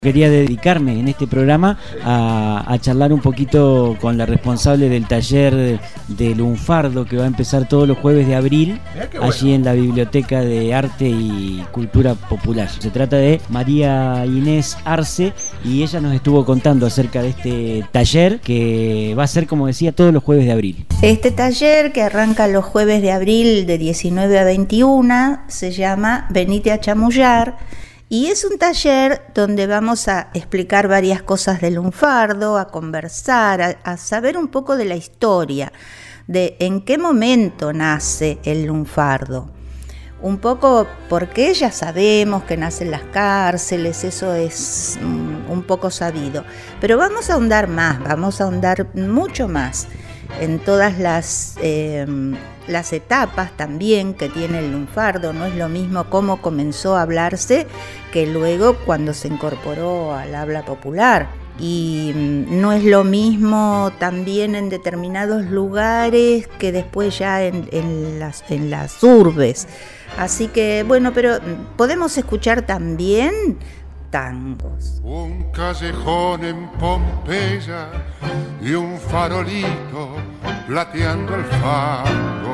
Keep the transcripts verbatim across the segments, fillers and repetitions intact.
Quería dedicarme en este programa a, a charlar un poquito con la responsable del taller de, de lunfardo que va a empezar todos los jueves de abril, bueno, allí en la Biblioteca de Arte y Cultura Popular. Se trata de María Inés Arce y ella nos estuvo contando acerca de este taller que va a ser, como decía, todos los jueves de abril. Este taller, que arranca los jueves de abril de diecinueve a veintiuno, se llama Venite a Chamullar. Y es un taller donde vamos a explicar varias cosas del lunfardo, a conversar, a, a saber un poco de la historia, de en qué momento nace el lunfardo. Un poco porque ya sabemos que nace en las cárceles, eso es um, un poco sabido. Pero vamos a ahondar más, vamos a ahondar mucho más en todas las, eh, las etapas también que tiene el lunfardo. No es lo mismo cómo comenzó a hablarse que luego cuando se incorporó al habla popular. Y no es lo mismo también en determinados lugares que después ya en, en, las, en las urbes. Así que bueno, pero podemos escuchar también tangos. Un callejón en Pompeya y un farolito plateando el fango.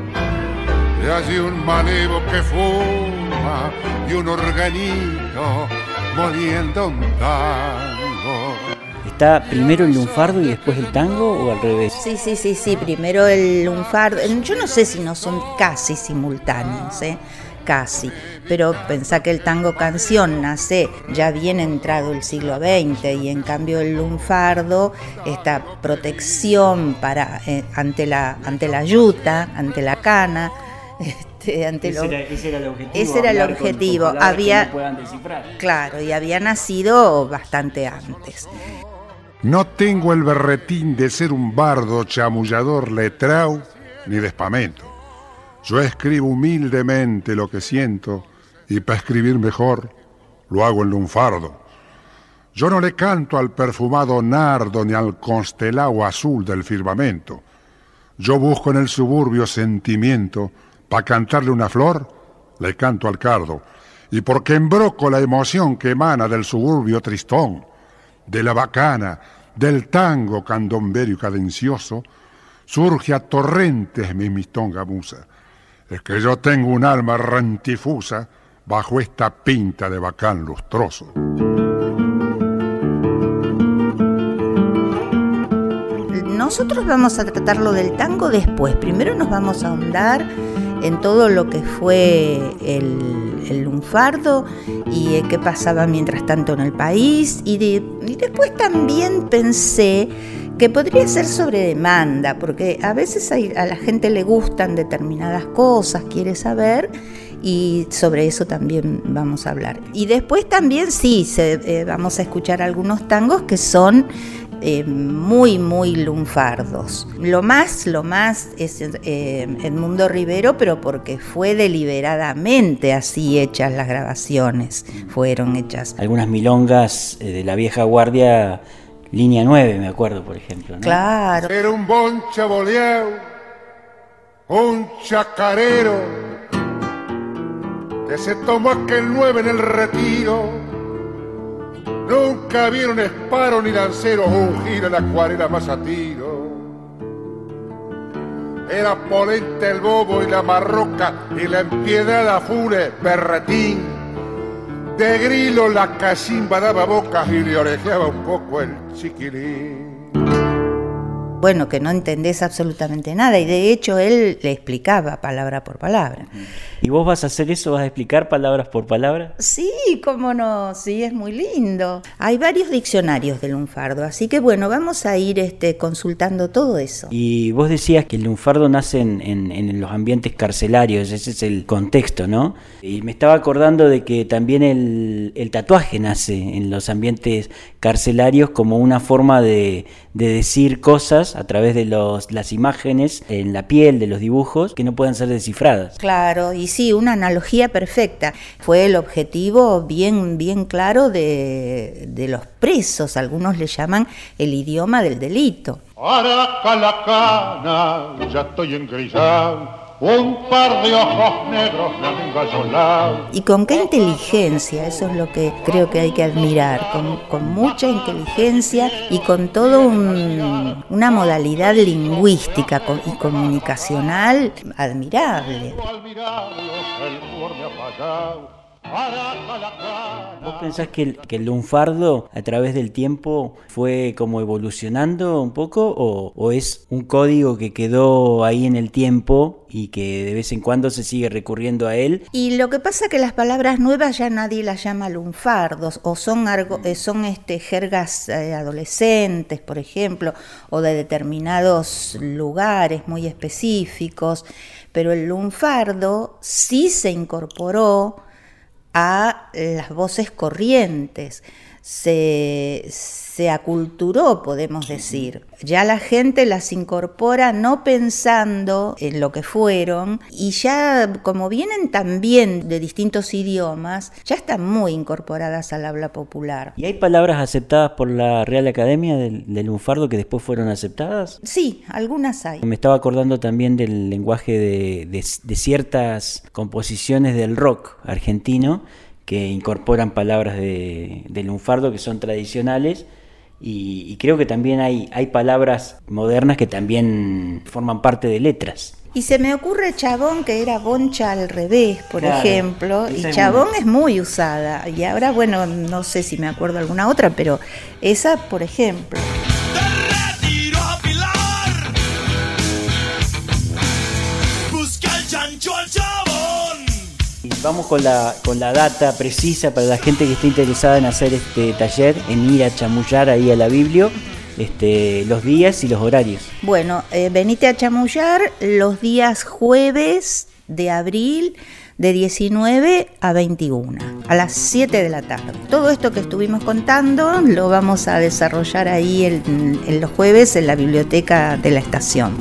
Y allí un manevo que fuma y un organito moliendo un tango. ¿Está primero el lunfardo y después el tango o al revés? Sí, sí, sí, sí, primero el lunfardo. Yo no sé si no son casi simultáneos, ¿eh? Casi, pero pensá que el tango canción nace ya bien entrado el siglo veinte y en cambio el lunfardo, esta protección para eh, ante la ante la yuta, ante la cana, este, ante ese, lo, era, ese era el objetivo. Ese era el objetivo. Con, con había, que no puedan descifrar. Claro, y había nacido bastante antes. No tengo el berretín de ser un bardo chamullador letrao ni de espamento. Yo escribo humildemente lo que siento y para escribir mejor lo hago en lunfardo. Yo no le canto al perfumado nardo ni al constelado azul del firmamento. Yo busco en el suburbio sentimiento, para cantarle una flor, le canto al cardo. Y porque embroco la emoción que emana del suburbio tristón, de la bacana, del tango candomberio cadencioso, surge a torrentes mi mistonga musa. Es que yo tengo un alma rentifusa bajo esta pinta de bacán lustroso. Nosotros vamos a tratar lo del tango después. Primero nos vamos a ahondar en todo lo que fue el, el lunfardo y qué pasaba mientras tanto en el país. Y, de, y después también pensé que podría ser sobre demanda, porque a veces hay, a la gente le gustan determinadas cosas, quiere saber, y sobre eso también vamos a hablar. Y después también sí, se, eh, vamos a escuchar algunos tangos que son eh, muy, muy lunfardos. Lo más, lo más es eh, Edmundo Rivero, pero porque fue deliberadamente así hechas las grabaciones, fueron hechas. Algunas milongas eh, de la vieja guardia, Línea nueve, me acuerdo, por ejemplo, ¿no? Claro. Era un boncha boleado, un chacarero, que se tomó aquel nueve en el retiro. Nunca vieron esparo ni lancero ungir a la acuarela más a tiro. Era polente el bobo y la marroca y la empiedada fure berretín. De grilo la cachimba daba bocas y le orejeaba un poco el chiquilín. Bueno, que no entendés absolutamente nada, y de hecho él le explicaba palabra por palabra. ¿Y vos vas a hacer eso? ¿Vas a explicar palabras por palabra? Sí, cómo no, sí, es muy lindo. Hay varios diccionarios del lunfardo, así que bueno, vamos a ir este, consultando todo eso. Y vos decías que el lunfardo nace en, en, en los ambientes carcelarios, ese es el contexto, ¿no? Y me estaba acordando de que también el, el tatuaje nace en los ambientes carcelarios como una forma de, de decir cosas a través de los, las imágenes en la piel, de los dibujos, que no puedan ser descifradas. Claro, y sí, una analogía perfecta. Fue el objetivo bien, bien claro de, de los presos, algunos le llaman el idioma del delito. Araca la cana, ya estoy engrisado, un par de ojos negros me han engañolado. Y con qué inteligencia, eso es lo que creo que hay que admirar, con, con mucha inteligencia y con toda un, una modalidad lingüística y comunicacional admirable. ¿Vos pensás que el, que el lunfardo a través del tiempo fue como evolucionando un poco o, o es un código que quedó ahí en el tiempo y que de vez en cuando se sigue recurriendo a él? Y lo que pasa es que las palabras nuevas ya nadie las llama lunfardos o son, argo, son este, jergas eh, adolescentes, por ejemplo, o de determinados lugares muy específicos, pero el lunfardo sí se incorporó a las voces corrientes, se, se aculturó, podemos decir. Ya la gente las incorpora no pensando en lo que fueron y ya como vienen también de distintos idiomas, ya están muy incorporadas al habla popular. ¿Y hay palabras aceptadas por la Real Academia del, del lunfardo que después fueron aceptadas? Sí, algunas hay. Me estaba acordando también del lenguaje de, de, de ciertas composiciones del rock argentino que incorporan palabras de, de lunfardo que son tradicionales y, y creo que también hay, hay palabras modernas que también forman parte de letras. Y se me ocurre chabón, que era boncha al revés, por claro, ejemplo, y chabón es muy usada. Y ahora, bueno, no sé si me acuerdo alguna otra, pero esa, por ejemplo. Vamos con la, con la data precisa para la gente que esté interesada en hacer este taller, en ir a chamullar ahí a la Biblio, este, los días y los horarios. Bueno, eh, venite a chamullar los días jueves de abril de diecinueve a veintiuno, a las siete de la tarde. Todo esto que estuvimos contando lo vamos a desarrollar ahí en, en los jueves en la biblioteca de la estación.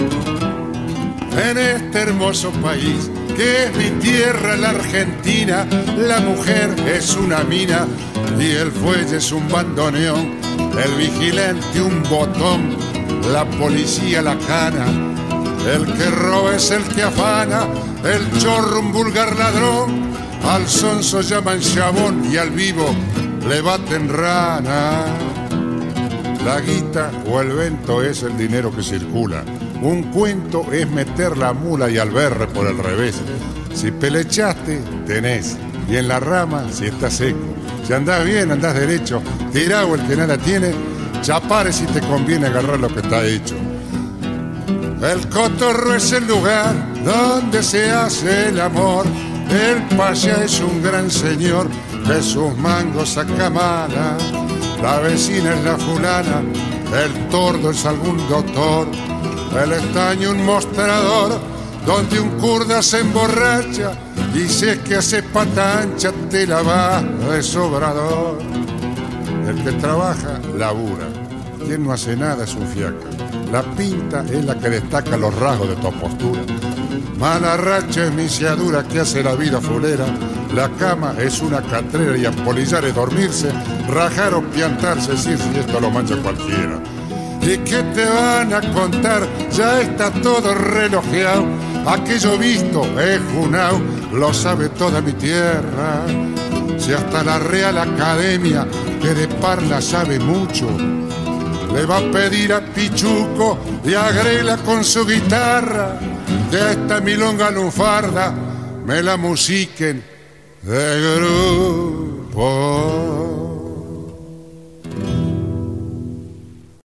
En este hermoso país que es mi tierra, la Argentina, la mujer es una mina y el fuelle es un bandoneón, el vigilante un botón, la policía la cana, el que roba es el que afana, el chorro un vulgar ladrón, al sonso llaman chabón y al vivo le baten rana. La guita o el vento es el dinero que circula. Un cuento es meter la mula y al berre por el revés. Si pelechaste, tenés. Y en la rama, si está seco. Si andás bien, andás derecho. Tirado el que nada tiene. Chapare si te conviene agarrar lo que está hecho. El cotorro es el lugar donde se hace el amor. El paya es un gran señor que sus mangos saca mala. La vecina es la fulana. El tordo es algún doctor. El estaño un mostrador donde un kurda se emborracha y si es que haces pata ancha te la vas de sobrador. El que trabaja labura, quien no hace nada es un fiaca. La pinta es la que destaca los rasgos de tu postura. Mala racha es misiadura que hace la vida fulera. La cama es una catrera y apolillar es dormirse, rajar o piantarse, decir si esto lo mancha cualquiera. ¿Y qué te van a contar? Ya está todo relojeado. Aquello visto es junao, lo sabe toda mi tierra. Si hasta la Real Academia, que de parla sabe mucho, le va a pedir a Pichuco y a Grela con su guitarra que esta milonga lunfarda me la musiquen de grupo.